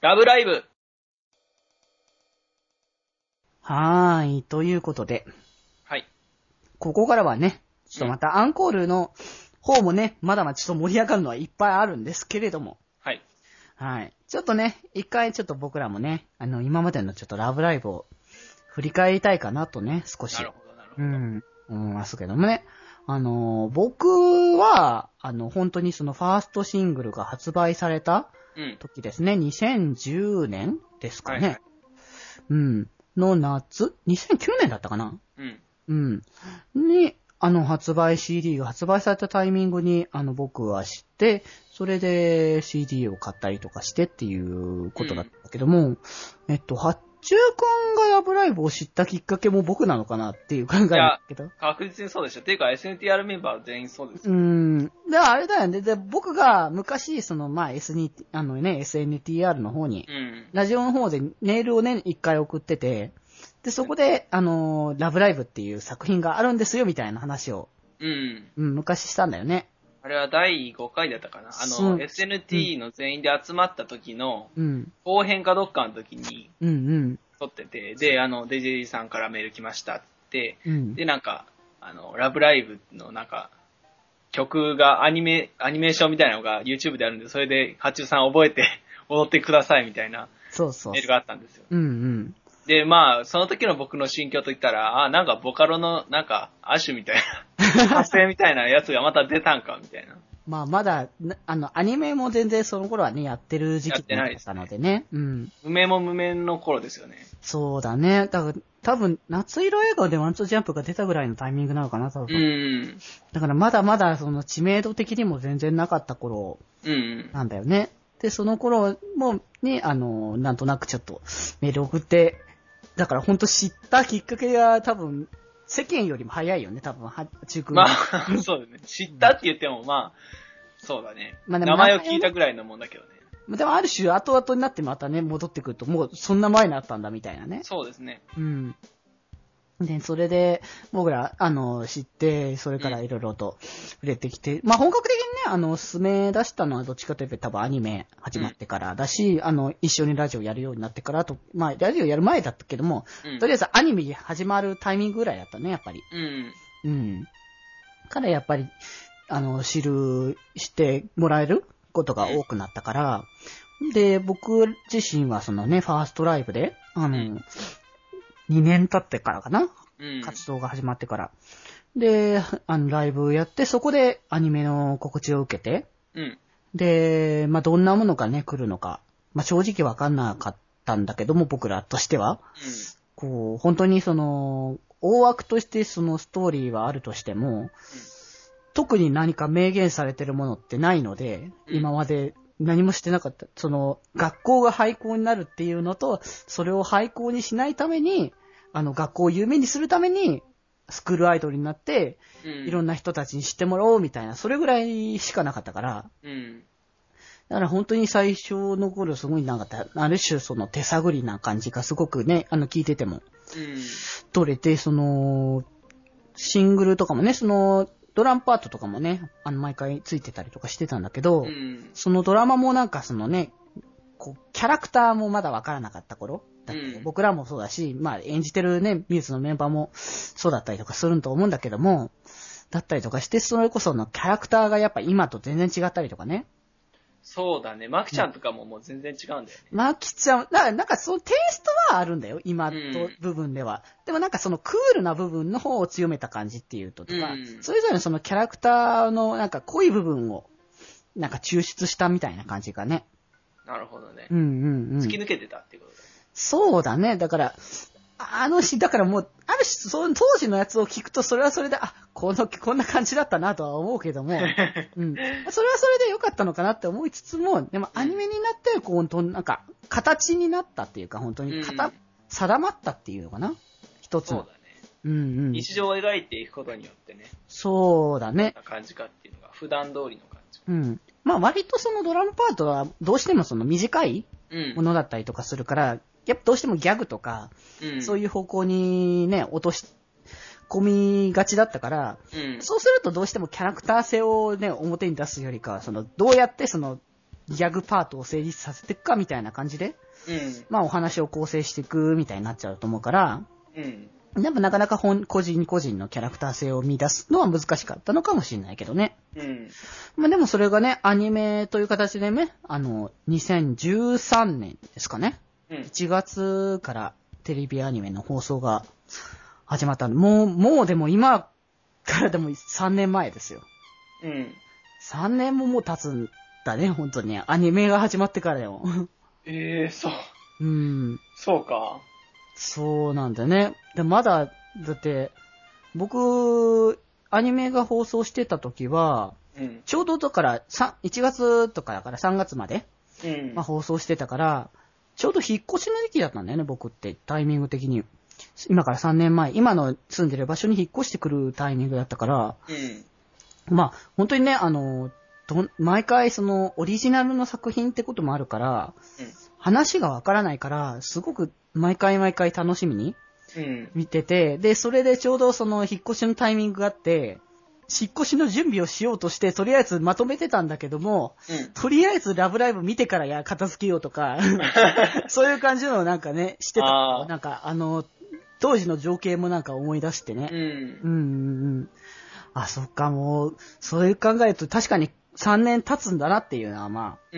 ラブライブ。 はーい、ということで。 はい。 ここからはね、ちょっとまたアンコールの方もね、まだまだちょっと盛り上がるのはいっぱいあるんですけれども。 はい。 はい。ちょっとね、一回ちょっと僕らもね、今までのちょっとラブライブを振り返りたいかなとね、少し。 なるほど、なるほど。 うん、思いますけどもね。僕は、本当にそのファーストシングルが発売された時ですね、2010年ですかね。はいはい、うん。の夏 ?2009 年だったかな。うん。に、CD が発売されたタイミングに、僕は知って、それで CD を買ったりとかしてっていうことだったけども、八中くんがラブライブを知ったきっかけも僕なのかなっていう考えだけど。いや、 確実にそうでしょ。っていうか SNTR メンバー全員そうですよ。 で、あれだよね。で、僕が昔、SNTR の方に、ラジオの方でメールをね、一回送ってて、で、そこで、ラブライブっていう作品があるんですよ、みたいな話を、昔したんだよね。 あれは第5回だったかな。SNT の全員で集まった時の、後編かどっかの時に、撮ってて、で、デジェリさんからメール来ましたって、で、なんか、ラブライブのなんか、曲がアニメーションみたいなのが YouTube であるんで、それで、八中さん覚えて踊ってくださいみたいな、メールがあったんですよ。で、まあ、その時の僕の心境といったら、なんかボカロの、なんか、アッシュみたいな、発声みたいなやつがまた出たんか、みたいな。 まあ、まだ、アニメも全然その頃はね、やってる時期だったのでね。 無名も無名の頃ですよね。 そうだね。だから、多分、夏色映画でワンツージャンプが出たぐらいのタイミングなのかな、多分。だから、まだまだ、その、知名度的にも全然なかった頃、なんだよね。で、その頃も、に、なんとなくちょっと、メール送って、だから本当知ったきっかけが多分、世間よりも早いよね、多分、中君は。まあ、そうだね。知ったって言っても、まあ、そうだね。まあ、名前を聞いたぐらいのもんだけどね。 でもある種、後々になってまたね、戻ってくると、もうそんな前になったんだみたいなね。 そうですね。 で、それで、僕ら、知って、それからいろいろと触れてきて、まあ、本格的にね、進め出したのはどっちかというと多分アニメ始まってからだし、一緒にラジオやるようになってからと、まあ、ラジオやる前だったけども、とりあえずアニメ始まるタイミングぐらいだったね、やっぱり。からやっぱり、してもらえることが多くなったから、で、僕自身はそのね、ファーストライブで、2年経ってからかな、活動が始まってから。で、ライブやって、そこでアニメの告知を受けて、で、まあ、どんなものがね、来るのか、まあ、正直わかんなかったんだけども、僕らとしては、こう、本当にその、大枠としてそのストーリーはあるとしても、特に何か明言されてるものってないので、今まで何もしてなかった。その、学校が廃校になるっていうのと、それを廃校にしないために、学校を有名にするために、スクールアイドルになって、いろんな人たちに知ってもらおうみたいな、それぐらいしかなかったから。だから本当に最初の頃すごいなかった。ある種その手探りな感じがすごくね、聞いてても、取れて、その、シングルとかもね、その、ドラムパートとかもね、毎回ついてたりとかしてたんだけど、そのドラマもなんかそのね、こう、キャラクターもまだわからなかった頃だった、僕らもそうだし、まあ演じてるね、ミューズのメンバーもそうだったりとかすると思うんだけども、だったりとかして、それこそのキャラクターがやっぱ今と全然違ったりとかね。 そうだね。マキちゃんとかももう全然違うんだよね。 マキちゃん、なんかそのテイストはあるんだよ、今と部分では。でもなんかそのクールな部分の方を強めた感じっていうとか、それぞれのそのキャラクターのなんか濃い部分をなんか抽出したみたいな感じがね。 なるほどね。突き抜けてたっていうことだね。 そうだね。だから、だからもう、ある種、その当時のやつを聞くと、それはそれで、こんな感じだったなとは思うけども、それはそれで良かったのかなって思いつつも、でもアニメになって、こう、なんか、形になったっていうか、本当に定まったっていうのかな一つ。 そうだね。日常を描いていくことによってね。 そうだね。 どんな感じかっていうのが、普段通りの感じ。 まあ割とそのドラムパートは、どうしてもその短いものだったりとかするから、やっぱどうしてもギャグとか、そういう方向にね、落とし込みがちだったから、そうするとどうしてもキャラクター性をね、表に出すよりかは、その、どうやってその、 ギャグパートを成立させていくかみたいな感じで、まあお話を構成していくみたいになっちゃうと思うから、やっぱなかなか個人個人のキャラクター性を見出すのは難しかったのかもしれないけどね。まあでもそれがね、アニメという形でね、2013年ですかね。1月からテレビアニメの放送が始まったんで、もうでも今からでも3年前ですよ。3年も経つんだね、本当に。アニメが始まってからでも。 そう。そうか。 そうなんだね。で、まだ、だって、僕、アニメが放送してた時は、ちょうどだから1月とかだから3月まで、まあ、放送してたから、ちょうど引っ越しの時期だったんだよね、僕って、タイミング的に。今から3年前、今の住んでる場所に引っ越してくるタイミングだったから、まあ、本当にね、毎回そのオリジナルの作品ってこともあるから、話がわからないから、すごく毎回楽しみに見てて、で、それでちょうどその引っ越しのタイミングがあって、引っ越しの準備をしようとして、とりあえずまとめてたんだけども、とりあえずラブライブ見てから片付けようとか、そういう感じのをなんかね、してた。なんか当時の情景もなんか思い出してね。あ、そっか、もう、そういう考えると確かに3年経つんだなっていうのは、まあ。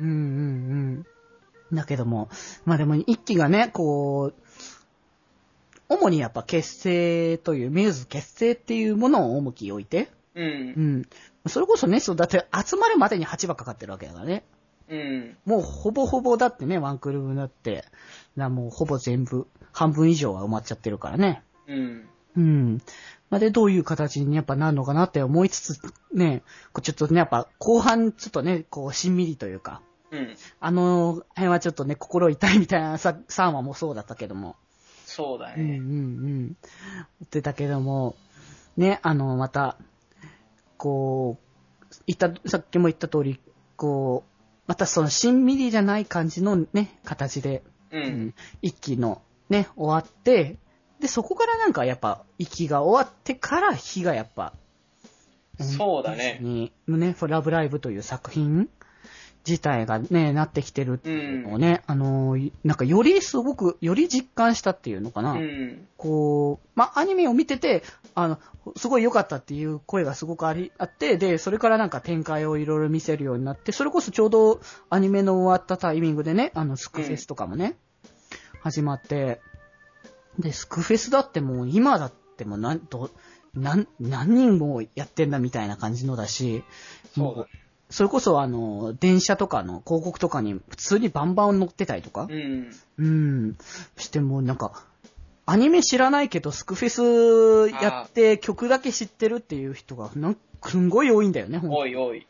だけども、まあでも一期がね、こう、主にやっぱ結成という、ミューズ結成っていうものを重きを置いて、それこそね、そう、だって集まるまでに8話かかってるわけだからね。もうほぼほぼだってね、ワンクルームだって、もうほぼ全部、半分以上は埋まっちゃってるからね。まあ、で、どういう形にやっぱなるのかなって思いつつ、ね、ちょっとね、やっぱ後半ちょっとね、こう、しんみりというか、辺はちょっとね、心痛いみたいな3話もそうだったけども。 そうだね。 言ってたけども、ね、また、こう、さっきも言った通り、こう、またそのしんみりじゃない感じのね、形で、一期のね、終わって、で、そこからなんかやっぱ、息が終わってから日がやっぱ、 そうだね。 ね、ラブライブという作品自体がね、なってきてるっていうのをね、なんかより実感したっていうのかな。こう、まあ、アニメを見てて、すごい良かったっていう声がすごくあって、で、それからなんか展開をいろいろ見せるようになって、それこそちょうどアニメの終わったタイミングでね、スクフェスとかもね、始まって、で、スクフェスだってもう今だっても何人もやってんだみたいな感じのだし、 そうだ。 それこそ電車とかの広告とかに普通にバンバン載ってたりとか、してもなんか、アニメ知らないけどスクフェスやって曲だけ知ってるっていう人がすんごい多いんだよね、ほんと。 多い。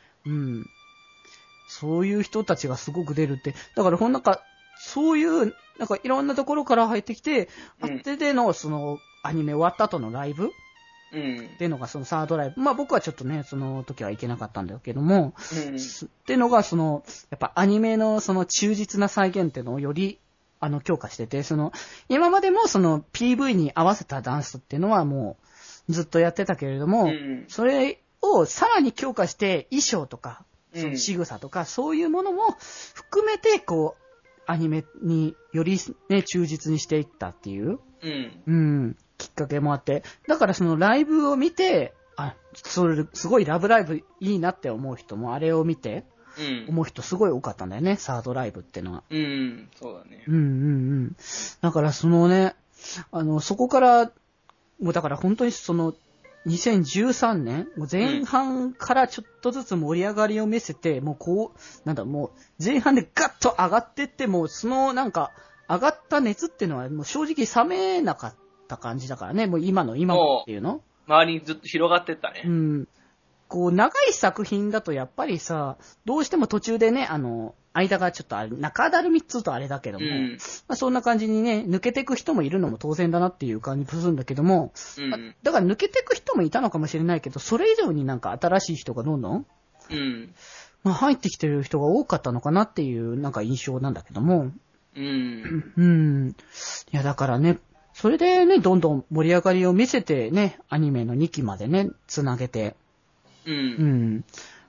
そういう人たちがすごく出るって、だからなんか、そういう、なんかいろんなところから入ってきて、あってでのそのアニメ終わった後のライブっていうのがそのサードライブ。まあ僕はちょっとね、その時は行けなかったんだけども、っていうのがその、やっぱアニメのその忠実な再現っていうのをより強化してて、今までもその PV に合わせたダンスっていうのはもうずっとやってたけれども、それをさらに強化して衣装とか、その仕草とか、そういうものも含めてこう、アニメによりね、忠実にしていったっていう、きっかけもあって、だからそのライブを見て、それすごいラブライブいいなって思う人もあれを見て、思う人すごい多かったんだよね、サードライブってのは。 そうだね。 だからそのね、そこから、もうだから本当にその、2013年、前半からちょっとずつ盛り上がりを見せて、もうもう前半でガッと上がってって、もうそのなんか、上がった熱っていうのはもう正直冷めなかった感じだからね、もう今っていうの周りにずっと広がってったね。 こう、長い作品だとやっぱりさ、どうしても途中でね、間がちょっと中だるみっつうとあれだけども、まあ、そんな感じにね、抜けていく人もいるのも当然だなっていう感じするんだけども、だから抜けていく人もいたのかもしれないけど、それ以上になんか新しい人がどんどん、まあ、入ってきてる人が多かったのかなっていうなんか印象なんだけども、いやだからね、それでね、どんどん盛り上がりを見せてね、アニメの2期までね、つなげて、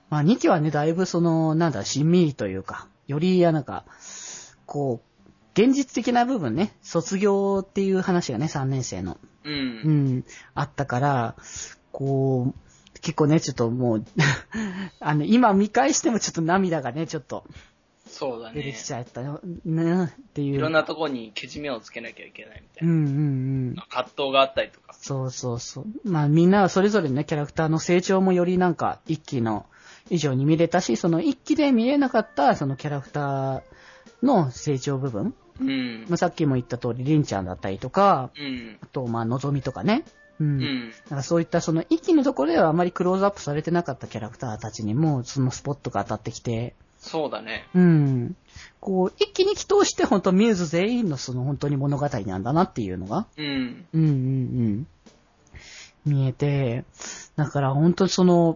まあ2期はね、だいぶしんみりというか、より、こう、現実的な部分ね、卒業っていう話がね、3年生の。 うん。 あったから、こう、結構ね、ちょっともう今見返してもちょっと涙がね、ちょっと。 そうだね。 出てきちゃったよ、ね、っていう。 いろんなところにけじめをつけなきゃいけないみたいな。葛藤があったりとか。 そうそうそう。まあみんなはそれぞれね、キャラクターの成長もより一期の以上に見れたし、その一期で見れなかったそのキャラクターの成長部分。まあ、さっきも言った通り、りんちゃんだったりとか、あと、まあ、のぞみとかね。なんかそういったその一期のところではあまりクローズアップされてなかったキャラクターたちにも、そのスポットが当たってきて。 そうだね。 こう、一気に通して本当ミューズ全員のその本当に物語なんだなっていうのが。見えて、だから本当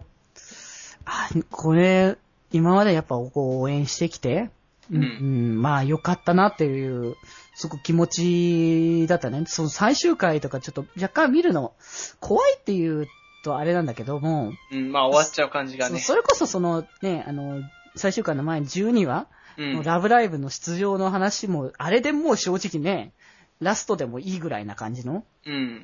これ、今までやっぱこう応援してきて、まあ良かったなっていう、すごく気持ちだったね。その最終回とかちょっと若干見るの怖いっていうとあれなんだけども。 まあ終わっちゃう感じがね。 それこそ最終回の前に12話のラブライブの出場の話も、あれでもう正直ね、ラストでもいいぐらいな感じの。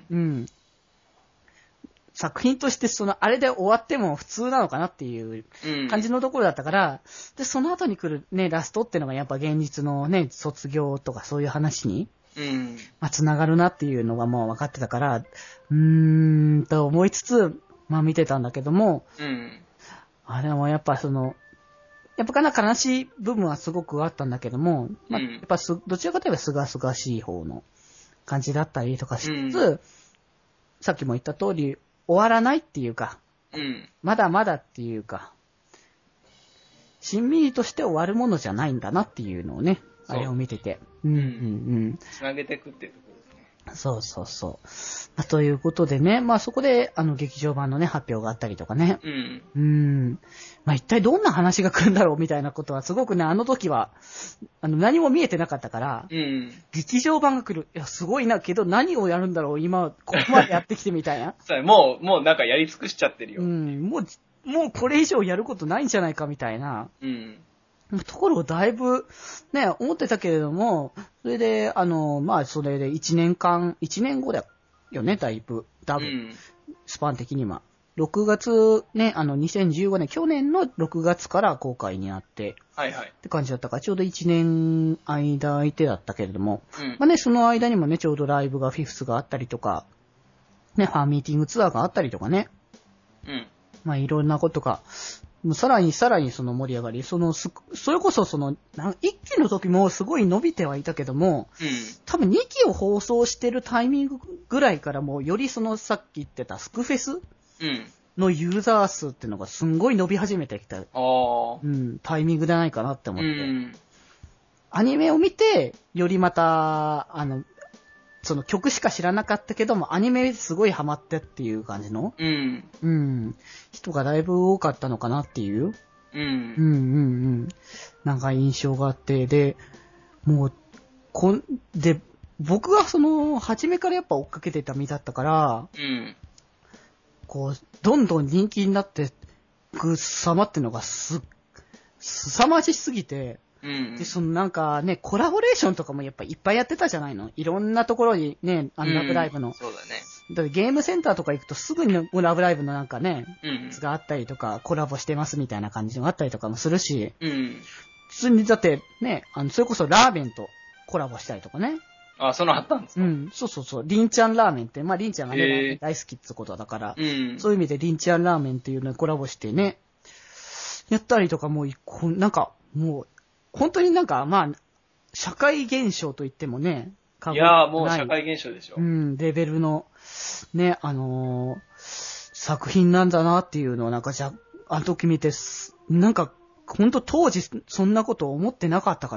作品としてあれで終わっても普通なのかなっていう感じのところだったから、で、その後に来るね、ラストっていうのがやっぱ現実のね、卒業とかそういう話に、まあ、繋がるなっていうのがもう分かってたから、と思いつつ、まあ見てたんだけども、あれもやっぱやっぱかな悲しい部分はすごくあったんだけども、まあ、やっぱどちらかといえばすがすがしい方の感じだったりとかしつつ、さっきも言った通り、終わらないっていうか、まだまだっていうか、しんみりとして終わるものじゃないんだなっていうのをね、あれを見てて。 つなげていくっていうところですね。 そうそうそう。ということでね、まあそこで、劇場版のね、発表があったりとかね。まあ一体どんな話が来るんだろうみたいなことは、すごくね、あの時は、何も見えてなかったから、劇場版が来る。いや、すごいな、けど何をやるんだろう今、ここまでやってきてみたいな。 もうなんかやり尽くしちゃってるよ。 もうこれ以上やることないんじゃないかみたいな。ところをだいぶ、ね、思ってたけれども、それで、まあ、それで1年後だよね、だいぶ、スパン的には。6月、ね、2015年、去年の6月から公開になって、って感じだったから、ちょうど1年間空いてだったけれども、まあね、その間にもね、ちょうどライブがフィフスがあったりとか、ね、ファンミーティングツアーがあったりとかね、まあ、いろんなことが、さらにその盛り上がり、それこそ一期の時もすごい伸びてはいたけども、多分2期を放送してるタイミングぐらいからもよりさっき言ってたスクフェスのユーザー数っていうのがすんごい伸び始めてきた、タイミングじゃないかなって思って。アニメを見て、よりまた、その曲しか知らなかったけども、アニメすごいハマってっていう感じの、人がだいぶ多かったのかなっていう、なんか印象があって、で、もう、僕が初めからやっぱ追っかけてた身だったから、こう、どんどん人気になってく様っていうのが凄まじすぎて、で、なんかね、コラボレーションとかもやっぱいっぱいやってたじゃないの。いろんなところにね、ラブライブの。 そうだね。 だってゲームセンターとか行くとすぐにラブライブのなんかね、があったりとか、コラボしてますみたいな感じのがあったりとかもするし、普通にだってね、それこそラーメンとコラボしたりとかね。 あ、そのあったんですか？ そう。りんちゃんラーメンって、まありんちゃんがね、大好きってことだから、そういう意味でりんちゃんラーメンっていうのにコラボしてね、やったりとかもう、なんかもう、本当になんか、まあ、社会現象と言ってもね、 いやーもう社会現象でしょ。 レベルの、ね、作品なんだなっていうのをなんかあの時見て、なんか、本当当時そんなこと思ってなかったから、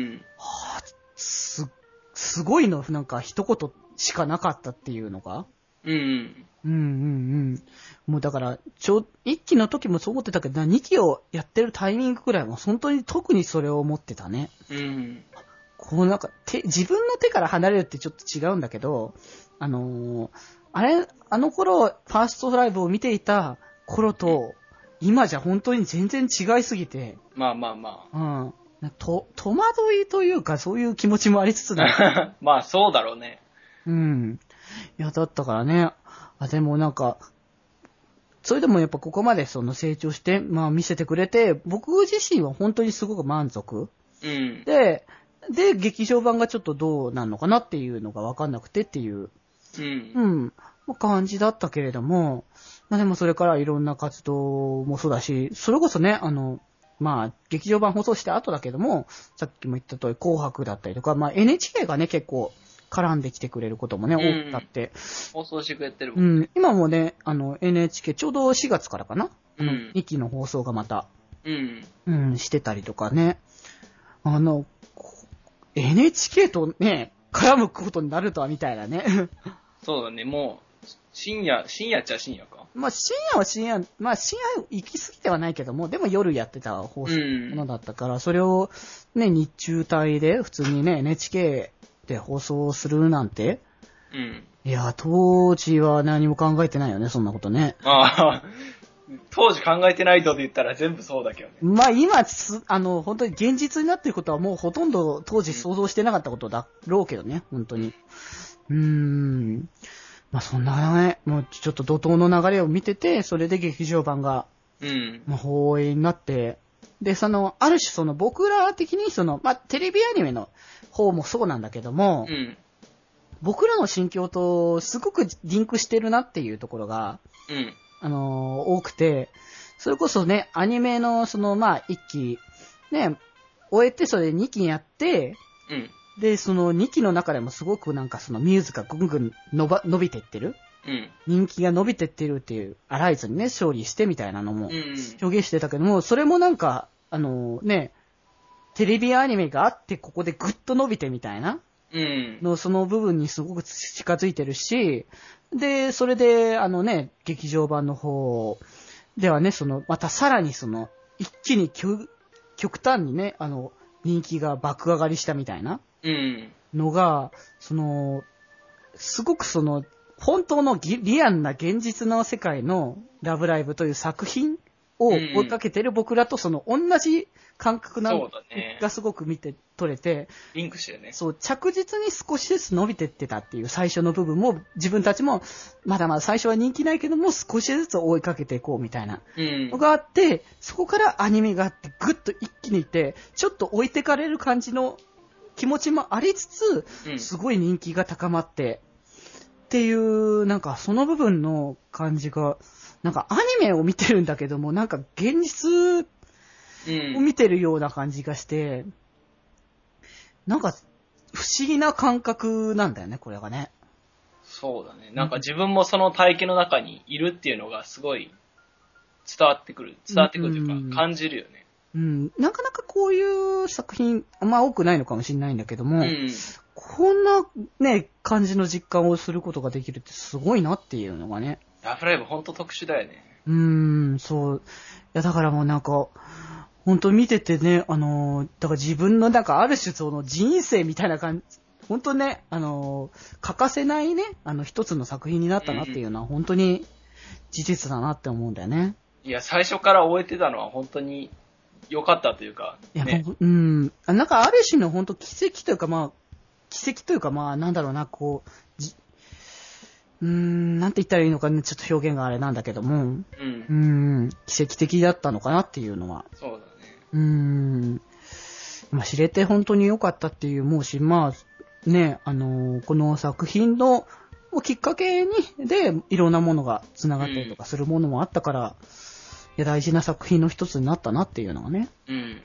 すごいの、なんか一言しかなかったっていうのが、もうだから、一期の時もそう思ってたけど、二期をやってるタイミングくらいは本当に特にそれを思ってたね。こうなんか自分の手から離れるってちょっと違うんだけど、あの頃、ファーストライブを見ていた頃と、 今じゃ本当に全然違いすぎて。 まあまあまあ。うん。戸惑いというか、そういう気持ちもありつつだ。まあそうだろうね。 うん。いや、だったからね。でもなんか、それでもやっぱここまでその成長して、まあ見せてくれて、僕自身は本当にすごく満足。 うん。 で、劇場版がちょっとどうなるのかなっていうのがわかんなくてっていう、感じだったけれども、まあでもそれからいろんな活動もそうだし、それこそね、まあ、劇場版放送して後だけども、さっきも言った通り紅白だったりとか、まあ NHK がね、結構絡んできてくれることもね、多くなって。 放送してくれてるもんね。 今もね、NHK ちょうど4月からかな、2期の放送がまた、してたりとかね。NHK とね、絡むことになるとはみたいなね。 そうだね、もう、深夜っちゃ深夜か。 まあ深夜は深夜、まあ深夜行き過ぎてはないけども、でも夜やってた放送ものだったから、それをね、日中帯で普通にね、NHK で放送するなんて、いや、当時は何も考えてないよね、そんなことね。 ああ。当時考えてないとで言ったら全部そうだけどね。 まあ今、本当に現実になっていることはもうほとんど当時想像してなかったことだろうけどね、本当に。まあそんなね、もうちょっと怒涛の流れを見てて、それで劇場版が、まあ放映になって、で、ある種僕ら的にまあテレビアニメの方もそうなんだけども、僕らの心境とすごくリンクしてるなっていうところが、多くて、それこそね、アニメのまあ、1期、ね、終えてそれ2期やって、で、2期の中でもすごくなんかミューズがぐんぐん伸びていってる、人気が伸びていってるっていう、アライズにね、勝利してみたいなのも表現してたけども、それもなんか、ね、テレビアニメがあってここでぐっと伸びてみたいな、その部分にすごく近づいてるし、で、それで、劇場版の方ではね、またさらに一気に極端にね、人気が爆上がりしたみたいなのが、すごく本当のリアルな現実の世界のラブライブという作品を追いかけてる僕らと同じ感覚がすごく見て取れて、 リンクしてるね。 そう、着実に少しずつ伸びてってたっていう最初の部分も自分たちもまだまだ最初は人気ないけども少しずつ追いかけていこうみたいなのがあって、そこからアニメがあってぐっと一気にいってちょっと置いてかれる感じの気持ちもありつつ、すごい人気が高まってっていうなんかその部分の感じがなんかアニメを見てるんだけどもなんか現実を見てるような感じがして、なんか不思議な感覚なんだよね、これがね。 そうだね。なんか自分もその体験の中にいるっていうのがすごい伝わってくるというか感じるよね。 なかなかこういう作品、まあ多くないのかもしれないんだけども、こんなね、感じの実感をすることができるってすごいなっていうのがね。 ラブライブほんと特殊だよね。 そう。いやだからもうなんか、本当見ててね、だから自分のなんかある種人生みたいな感じ、本当ね、欠かせないね、一つの作品になったなっていうのは本当に事実だなって思うんだよね。 いや、最初から終えてたのは本当に良かったというか、ね。 いや、なんかある種の本当奇跡というかまあ、なんだろうな、こう、なんて言ったらいいのかね、ちょっと表現があれなんだけども、奇跡的だったのかなっていうのは。 そうだね。 まあ、知れて本当に良かったっていう思うし、まあ、ね、この作品のきっかけで、いろんなものが繋がったりとかするものもあったから、いや、大事な作品の一つになったなっていうのがね。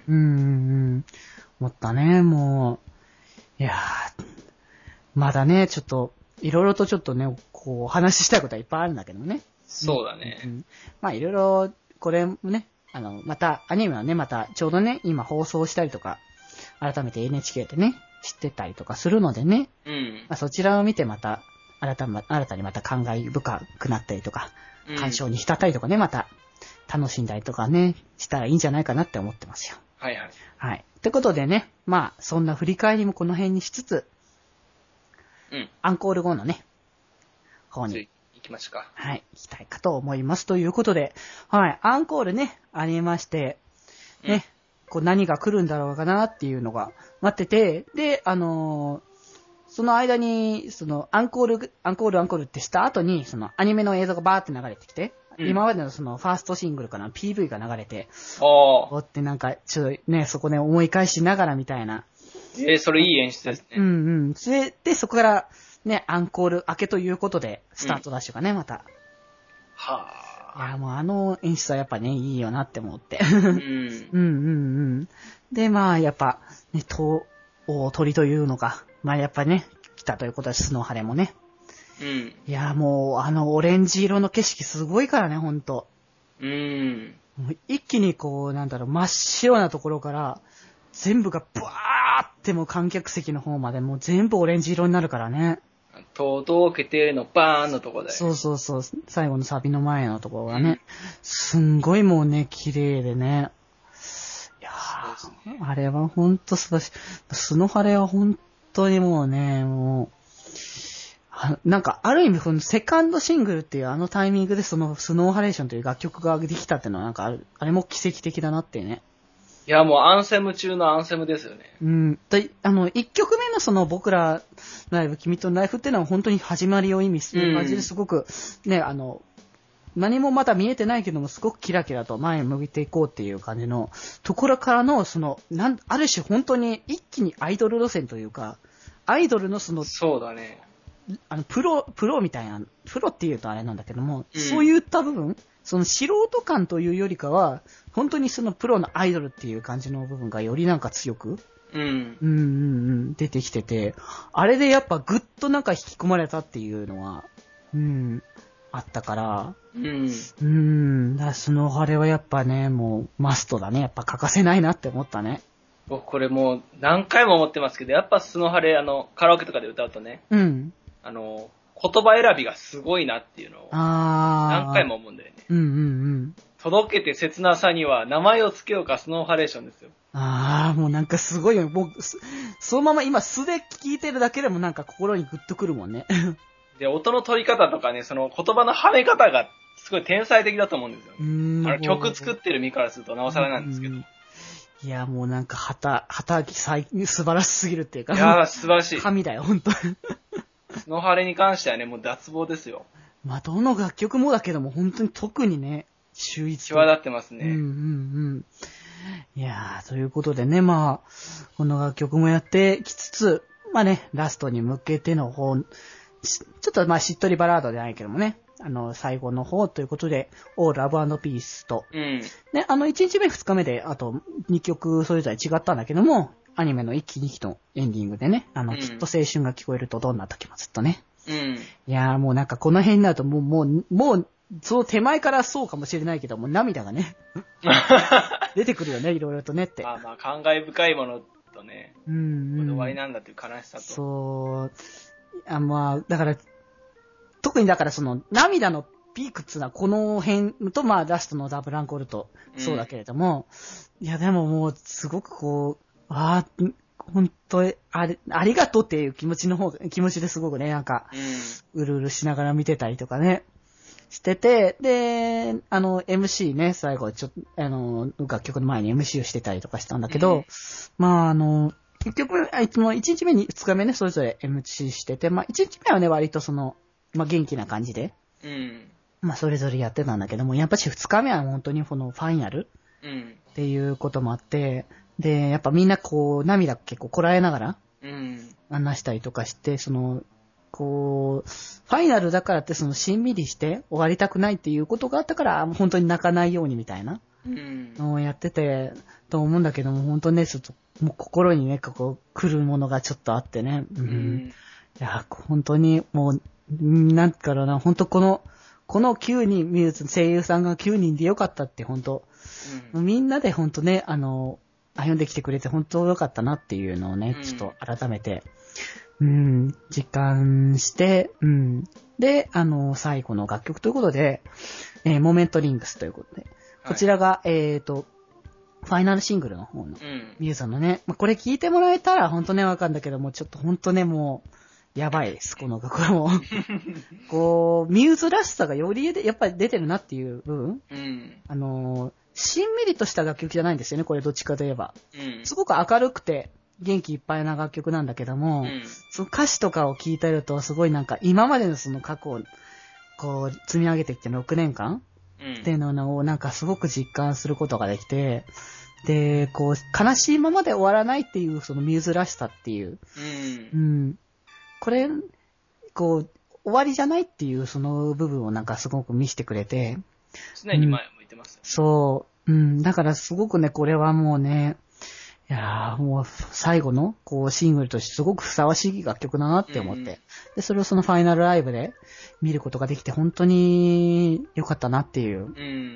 思ったね、もう。いやー、まだね、ちょっと、いろいろとちょっとね、こう、話したいことはいっぱいあるんだけどね。 そうだね。 まあ、いろいろ、これもね、また、アニメはね、また、ちょうどね、今放送したりとか、改めて NHK でね、知ってたりとかするのでね、まあ、そちらを見てまた、新たにまた感慨深くなったりとか、感傷に浸ったりとかね、また、楽しんだりとかね、したらいいんじゃないかなって思ってますよ。 はいはい。 はい。ということでね、まあ、そんな振り返りもこの辺にしつつ、アンコール後のね、方に行きましょうか。 はい、行きたいかと思います。ということで、はい、アンコールね、ありまして、ね、こう何が来るんだろうかなっていうのが待ってて、で、その間に、その、アンコールってした後に、その、アニメの映像がバーって流れてきて、今までのその、ファーストシングルかな、PV が流れて、おってなんか、ちょっとね、そこね、思い返しながらみたいな。 それいい演出ですね。 うんうん。で、そこから、ね、アンコール明けということで、スタートダッシュがね、また。 はぁ。いや、もう演出はやっぱね、いいよなって思って。うん。で、やっぱ、ね、鳥というのか、やっぱね、来たということは、スノーハレもね。いや、もう、オレンジ色の景色すごいからね、ほんと。もう一気にこう、真っ白なところから、全部がブワーってもう観客席の方までもう全部オレンジ色になるからね。 届けてのバーンのとこだよ。 そう。最後のサビの前のところがね。すんごいもうね、綺麗でね。いやー、あれはほんと素晴らしい。スノハレはほんとにもうね、なんか、ある意味、このセカンドシングルっていうあのタイミングでそのスノーハレーションという楽曲ができたっていうのはなんかあれも奇跡的だなってね。 いや、もうアンセム中のアンセムですよね。 一曲目のその僕らライブ、君とのライフっていうのは本当に始まりを意味する感じですごく、ね、何もまだ見えてないけども、すごくキラキラと前に向いていこうっていう感じのところからの、ある種本当に一気にアイドル路線というか、アイドルのそうだね。 プロみたいな、プロって言うとあれなんだけども、そういった部分、その素人感というよりかは、本当にそのプロのアイドルっていう感じの部分がよりなんか強く、出てきてて、あれでやっぱぐっとなんか引き込まれたっていうのは、あったから、そのハレはやっぱね、もうマストだね。やっぱ欠かせないなって思ったね。 僕これもう何回も思ってますけど、やっぱスノハレ、カラオケとかで歌うとね、言葉選びがすごいなっていうのを何回も思うんだよね。届けて切なさには名前を付けようかスノーハレーションですよ。 もうなんかすごいよ。もう、そのまま今素で聞いてるだけでもなんか心にグッとくるもんね。 で、音の取り方とかね、その言葉のはめ方がすごい天才的だと思うんですよ。曲作ってる身からするとなおさらなんですけど。 いや、もうなんか素晴らしすぎるっていうか。 いやー、素晴らしい。 神だよ、ほんと。 スノハレに関してはね、もう脱帽ですよ。 どの楽曲もだけども、本当に特にね、秀逸。 際立ってますね。 いやー、ということでね、この楽曲もやってきつつ、ラストに向けての方、ちょっとしっとりバラードじゃないけどもね、最後の方ということで、All Love and Peace と、ね、1日目2日目で、あと2曲それぞれ違ったんだけども、アニメの1期2期のエンディングでね、きっと青春が聞こえるとどんな時もずっとね。いやーもうなんかこの辺になるともう、その手前からそうかもしれないけども、涙がね、出てくるよね、いろいろとねって。 感慨深いものとね、これ終わりなんだっていう悲しさと。 そう。だから、特にだからその涙のピークっつうのはこの辺とラストのザ・ブランコルとそうだけれども、いやでももうすごくこう、本当にありがとうっていう気持ちですごくね、なんか、うるうるしながら見てたりとかね、してて、で、MC ね、最後楽曲の前に MC をしてたりとかしたんだけど、結局、いつも1日目に2日目ね、それぞれ MC してて、1日目はね、割と元気な感じで、それぞれやってたんだけども、やっぱし2日目は本当にこのファイナルっていうこともあって、で、やっぱみんなこう、涙結構こらえながら、話したりとかして、こう、ファイナルだからってしんみりして終わりたくないっていうことがあったから、本当に泣かないようにみたいなのをやってて、と思うんだけども、本当ね、ちょっと、もう心にね、来るものがちょっとあってね。いや、本当にもう、なんからな、本当この9人、声優さんが9人でよかったって本当、みんなで本当ね、歩んできてくれて本当よかったなっていうのをね、ちょっと改めて、実感して、で、最後の楽曲ということで、モメントリングスということで、こちらが、ファイナルシングルの方のミューザのね、これ聞いてもらえたら本当ね、わかるんだけども、ちょっと本当ね、もう、 やばいです、この曲も。こう、ミューズらしさがよりやっぱり出てるなっていう部分。 うん。 しんみりとした楽曲じゃないんですよね、これどっちかといえば。 うん。 すごく明るくて、元気いっぱいな楽曲なんだけども、 うん。 その歌詞とかを聞いてると、すごいなんか今までのその過去を、こう、積み上げてきて6年間っていうのをなんかすごく実感することができて、で、こう、悲しいままで終わらないっていう、そのミューズらしさっていう。 うん。 これ、こう、終わりじゃないっていうその部分をなんかすごく見せてくれて。 常に前を向いてます、ねそう。だからすごくね、これはもうね、いやーもう最後のこうシングルとしてすごくふさわしい楽曲だなって思って。で、それをそのファイナルライブで見ることができて本当に良かったなっていう。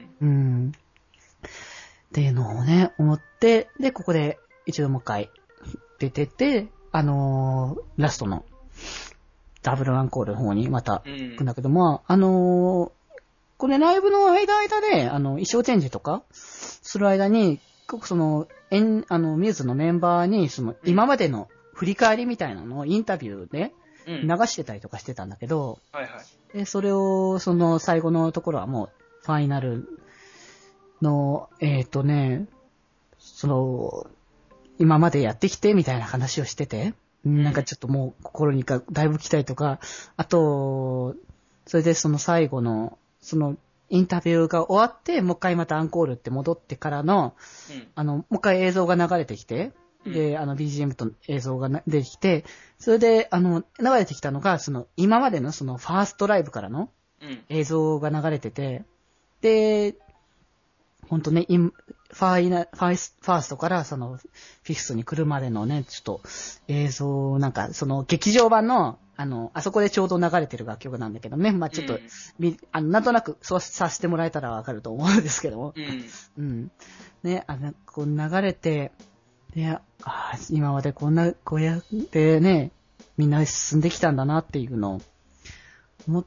っていうのをね、思って、で、ここで一度もう一回出てて、ラストのダブルアンコールの方にまた行くんだけども、これライブの間で、衣装チェンジとかする間に、その、ミューズのメンバーに、その、今までの振り返りみたいなのをインタビューで流してたりとかしてたんだけど、で、それを、その、最後のところはもう、ファイナルの、その、今までやってきてみたいな話をしてて、なんかちょっともう心にだいぶ来たりとか、あと、それでその最後の、そのインタビューが終わって、もう一回またアンコールって戻ってからの、もう一回映像が流れてきて、で、BGM と映像が出てきて、それで、流れてきたのが、その、今までのそのファーストライブからの映像が流れてて、で、ほんとね、ファーストからその、フィフスに来るまでのね、ちょっと映像、なんかその劇場版の、あそこでちょうど流れてる楽曲なんだけどね、まあちょっと、なんとなくそうさせてもらえたらわかると思うんですけども、ね、こう流れて、で、今までこうやってね、みんな進んできたんだなっていうのを思って、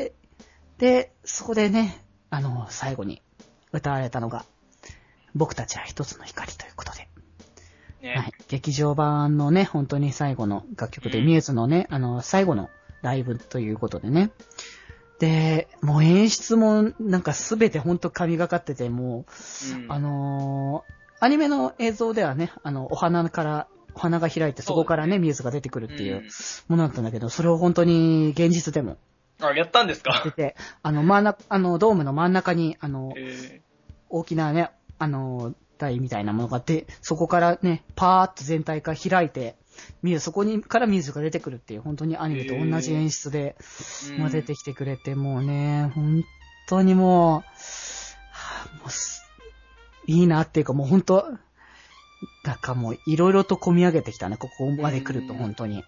で、そこでね、最後に、歌われたのが、僕たちは一つの光ということで。はい。劇場版のね、本当に最後の楽曲で、ミューズのね、最後のライブということでね。で、もう演出もなんかすべて本当神がかってて、もう、アニメの映像ではね、お花が開いて、そこからね、ミューズが出てくるっていうものだったんだけど、それを本当に現実でも、 やったんですか？ 出て、ドームの真ん中に、大きなね、台みたいなものがあって、そこからね、パーッと全体が開いて、そこからミューズが出てくるっていう、本当にアニメと同じ演出で、出てきてくれて、もうね、本当にもう、いいなっていうか、もう本当、なんかもういろいろと込み上げてきたね、ここまで来ると、本当に。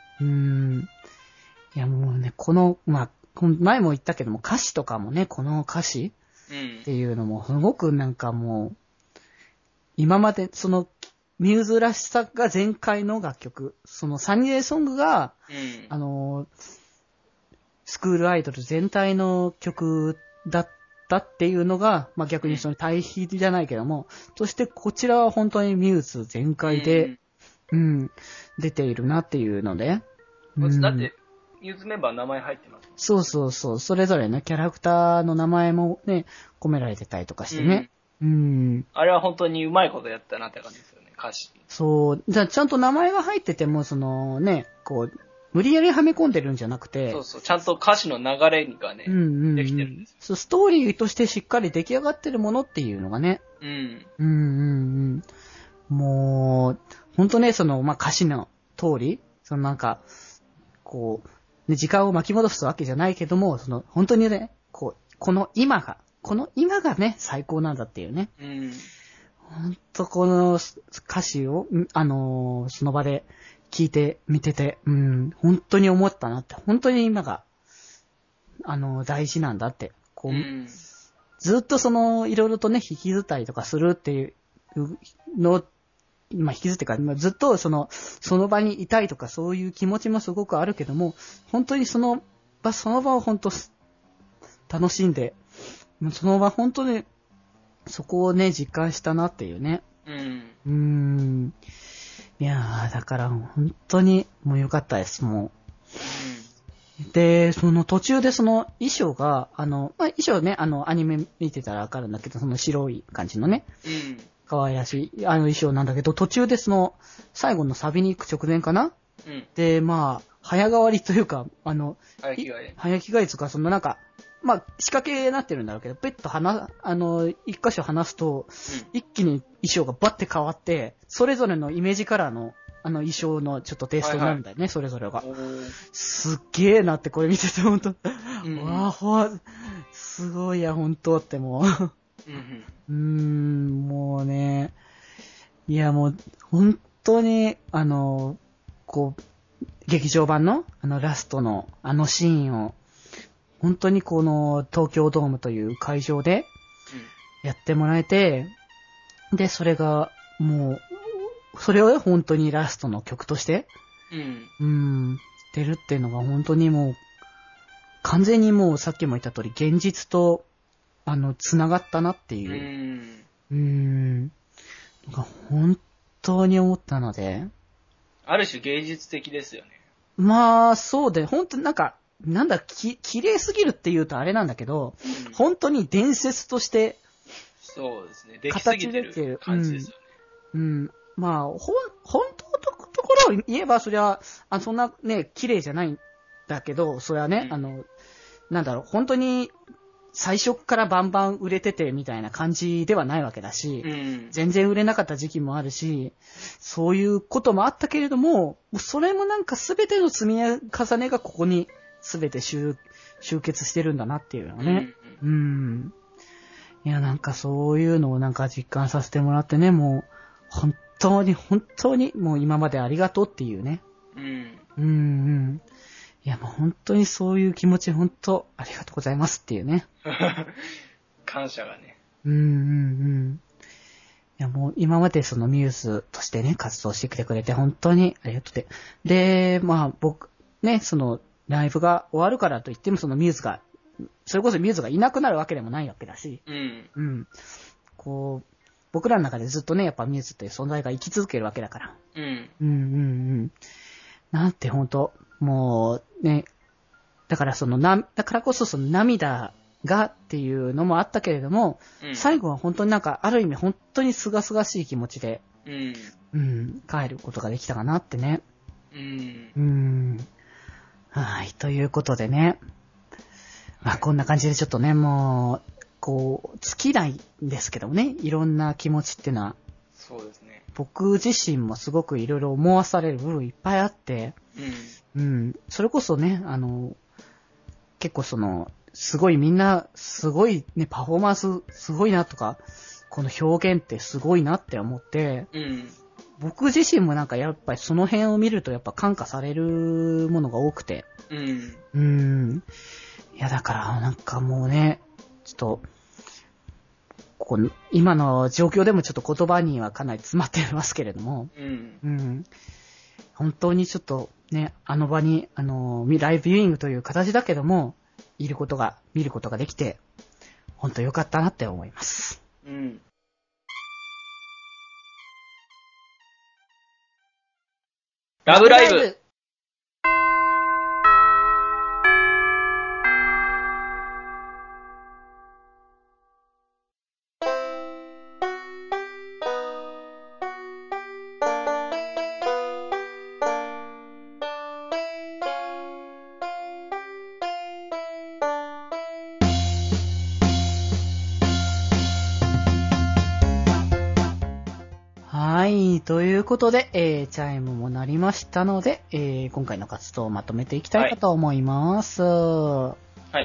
いやもうね、まあ、前も言ったけども、歌詞とかもね、この歌詞っていうのも、すごくなんかもう、今まで、その、ミューズらしさが全開の楽曲、そのサニーデイソングが、スクールアイドル全体の曲だったっていうのが、まあ逆にその対比じゃないけども、そしてこちらは本当にミューズ全開で、出ているなっていうので。 だって、ミューズメンバーの名前入ってます。 そう。それぞれね、キャラクターの名前もね、込められてたりとかしてね。 あれは本当にうまいことやったなって感じですよね、歌詞。 そう。じゃあちゃんと名前が入ってても、そのね、こう、無理やりはめ込んでるんじゃなくて。 そう。ちゃんと歌詞の流れがね、できてるんですよ。 そう、ストーリーとしてしっかり出来上がってるものっていうのがね。もう、本当ね、その、まあ、歌詞の通り、そのなんか、こう、ね、時間を巻き戻すわけじゃないけども、その、本当にね、この今がね、最高なんだっていうね。本当この歌詞を、その場で聞いて、見てて、本当に思ったなって、本当に今が、大事なんだって、こう、ずっとその、いろいろとね、引きずったりとかするっていうの、まあ、引きずってか、ずっとその場にいたいとかそういう気持ちもすごくあるけども、本当にその場を本当楽しんで、その場本当にそこをね、実感したなっていうね。いやー、だから本当にもう良かったです。もで、その途中でその衣装が、衣装ね、アニメ見てたらわかるんだけど、その白い感じのね、可愛らしい、衣装なんだけど、途中でその、最後のサビに行く直前かな、で、まあ、早変わりというか、早着替えとか、そのなんか、まあ、仕掛けになってるんだろうけど、ペッと一箇所離すと、一気に衣装がバッて変わって、それぞれのイメージカラーの、衣装のちょっとテイストになるんだよね、それぞれが。すっげーなってこれ見てて、ほんと。すごいや、ほんとってもう。もうね、いやもう、本当に、劇場版の、ラストの、シーンを、本当にこの、東京ドームという会場で、やってもらえて、で、それが、もう、それを本当にラストの曲として、出るっていうのが本当にもう、完全にもうさっきも言った通り、現実と、繋がったなっていう、本当に思ったので。 ある種芸術的ですよね。 まあ、そうで、本当になんか、綺麗すぎるって言うとあれなんだけど、本当に伝説として、 そうですね。できすぎてる感じですよね。 まあ、本当のところを言えば、そりゃ、そんなね、綺麗じゃないんだけど、それはね、本当に、最初からバンバン売れててみたいな感じではないわけだし、全然売れなかった時期もあるし、そういうこともあったけれども、それもなんか全ての積み重ねがここに全て集結してるんだなっていうのね。いや、なんかそういうのをなんか実感させてもらってね、もう、本当に、もう今までありがとうっていうね。いや、もう本当にそういう気持ち、本当ありがとうございますっていうね。 感謝がね。 いや、もう今までそのミューズとしてね、活動してきてくれて本当にありがとうって。で、まあ僕、ね、そのライブが終わるからといってもそのミューズが、それこそミューズがいなくなるわけでもないわけだし、こう、僕らの中でずっとね、やっぱミューズっていう存在が生き続けるわけだから。なんて本当もうね、だからこそその涙がっていうのもあったけれども、最後は本当になんかある意味本当に清々しい気持ちで、帰ることができたかなってね。はい、ということでね。まあこんな感じでちょっとね、もう、こう、尽きないんですけどもね、いろんな気持ちっていうのは。 そうですね。 僕自身もすごくいろいろ思わされる部分いっぱいあって、それこそね、結構すごいみんな、すごいね、パフォーマンスすごいなとか、この表現ってすごいなって思って、僕自身もなんかやっぱりその辺を見るとやっぱ感化されるものが多くて、いやだからなんかもうね、ちょっと、今の状況でもちょっと言葉にはかなり詰まってますけれども、本当にちょっとね、あの場に、ライブビューイングという形だけども、見ることができて、本当良かったなって思います。 ラブライブということで、チャイムも鳴りましたので、今回の活動をまとめていきたいかと思います。 はい。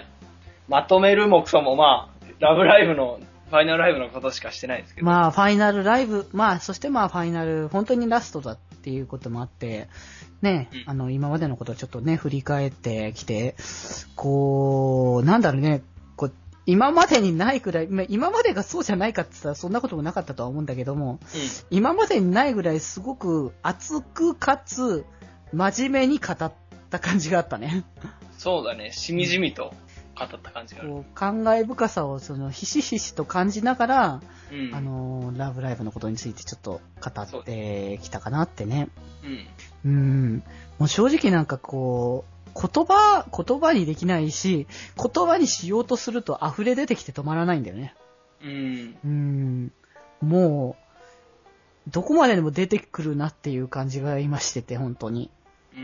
まとめるもクソも、まあ、ラブライブの、ファイナルライブのことしかしてないですけど。 まあ、ファイナルライブ、まあ、そしてまあ、ファイナル、本当にラストだっていうこともあって、ね、今までのことをちょっとね、振り返ってきて、こう、なんだろうね、今までにないくらい、今までがそうじゃないかって言ったらそんなこともなかったとは思うんだけども、今までにないぐらいすごく熱くかつ真面目に語った感じがあったね。 そうだね、しみじみと語った感じがある。 感慨深さをひしひしと感じながら、ラブライブのことについてちょっと語ってきたかなってね。もう正直なんか言葉にできないし、言葉にしようとすると溢れ出てきて止まらないんだよね。もう、どこまででも出てくるなっていう感じが今してて、本当に。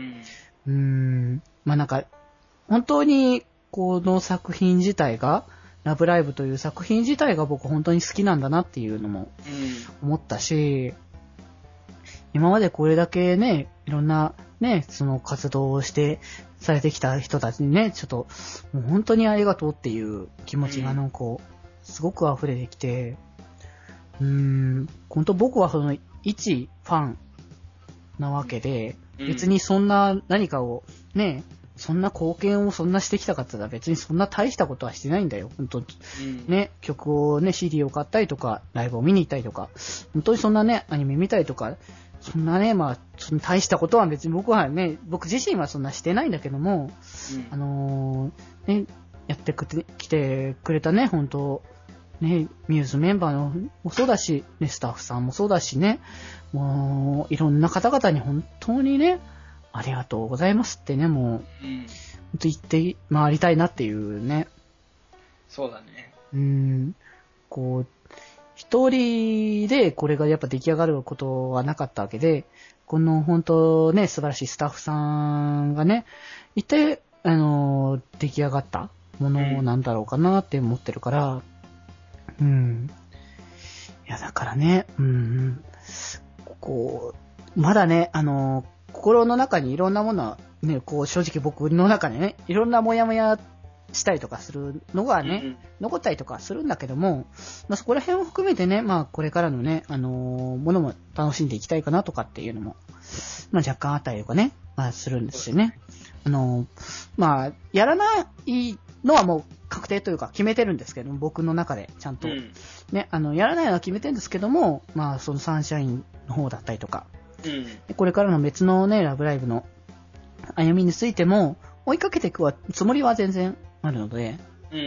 まあなんか、本当に、この作品自体が、ラブライブという作品自体が僕本当に好きなんだなっていうのも思ったし、今までこれだけね、いろんなね、その活動をされてきた人たちにね、ちょっと、もう本当にありがとうっていう気持ちがすごく溢れてきて、本当僕はその一ファンなわけで、別にそんな何かをね、そんな貢献をそんなしてきたかったら別にそんな大したことはしてないんだよ。本当ね、曲をね、CD を買ったりとか、ライブを見に行ったりとか、本当にそんなね、アニメ見たりとか、そんなね、まあ、そんな大したことは別に僕自身はそんなしてないんだけども、ね、やってきてくれたね、本当ね、ミューズメンバーのもそうだし、ね、スタッフさんもそうだしね、もう、いろんな方々に本当にね、ありがとうございますってね、もう、本当言って回りたいなっていうね。 そうだね。 こう、一人でこれがやっぱ出来上がることはなかったわけで、この本当ね、素晴らしいスタッフさんがね、いて、出来上がったものなんだろうかなって思ってるから、いや、だからね、こう、まだね、心の中にいろんなものはね、こう正直僕の中でね、いろんなモヤモヤしたりとかするのがね、残ったりとかするんだけども、まあそこら辺を含めてね、まあこれからのね、ものも楽しんでいきたいかなとかっていうのも、まあ若干あったりとかね、まあするんですよね。まあ、やらないのはもう確定というか決めてるんですけども、僕の中でちゃんと、ね、やらないのは決めてるんですけども、まあそのサンシャインの方だったりとか、これからの別のね、ラブライブの歩みについても、追いかけていくつもりは全然あるので、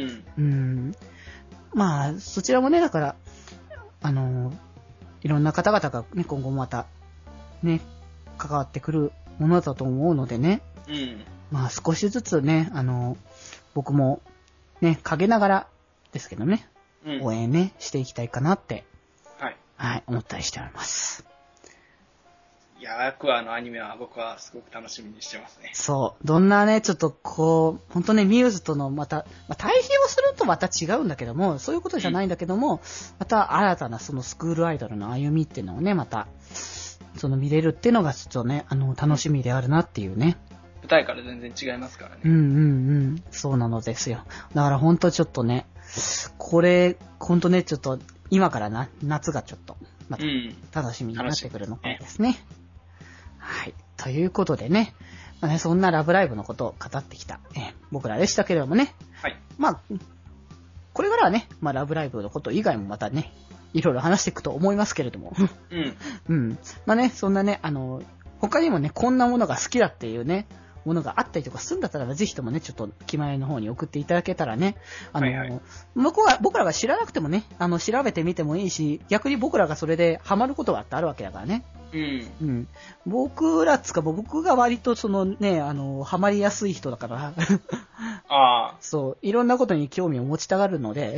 まあ、そちらもね、だから、いろんな方々がね、今後もまた、ね、関わってくるものだと思うのでね、まあ少しずつね、僕もね、陰ながらですけどね、応援ね、していきたいかなって、はい、思ったりしております。 いや、アクアのアニメは僕はすごく楽しみにしてますね。 そう。どんなね、ちょっとこう、ほんとね、ミューズとのまた、対比をするとまた違うんだけども、そういうことじゃないんだけども、また新たなそのスクールアイドルの歩みっていうのをね、また、見れるっていうのがちょっとね、楽しみであるなっていうね。 舞台から全然違いますからね。 そうなのですよ。だからほんとちょっとね、これ、ほんとね、ちょっと、今から夏がちょっと、また楽しみになってくるのかですね。はい。ということでね、まあね、そんなラブライブのことを語ってきた、僕らでしたけれどもね。 はい。 まあ、これからはね、まあラブライブのこと以外もまたね、いろいろ話していくと思いますけれども。まあね、そんなね、他にもね、こんなものが好きだっていうね、ものがあったりとかするんだったら、ぜひともね、ちょっと、気前の方に送っていただけたらね、僕らが知らなくてもね、調べてみてもいいし、逆に僕らがそれでハマることがあるわけだからね。僕が割とハマりやすい人だからそう、いろんなことに興味を持ちたがるので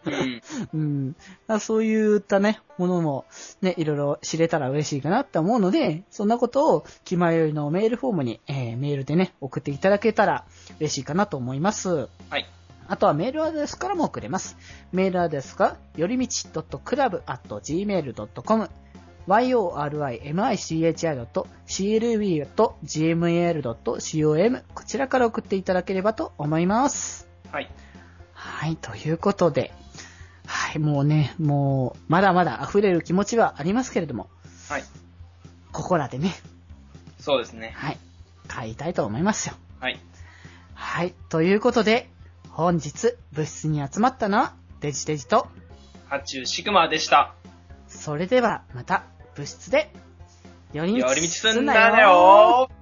そういったね、ものもね、いろいろ知れたら嬉しいかなって思うので、そんなことを気まよいのメールフォームに、メールでね、送っていただけたら嬉しいかなと思います。 はい。 あとはメールアドレスからも送れます。メールアドレスが、よりみち.club@gmail.com yorimichi.clb.gmail.com こちらから送っていただければと思います。 はい。 はい、ということで、はい、もうまだまだ溢れる気持ちはありますけれども、 はい。 ここらでね。 そうですね。 はい。帰りたいと思いますよ。 はい。 はい、ということで、本日部室に集まったのは、デジデジと、 ハチューシグマでした。 それではまた部室で、寄り道すんだよー。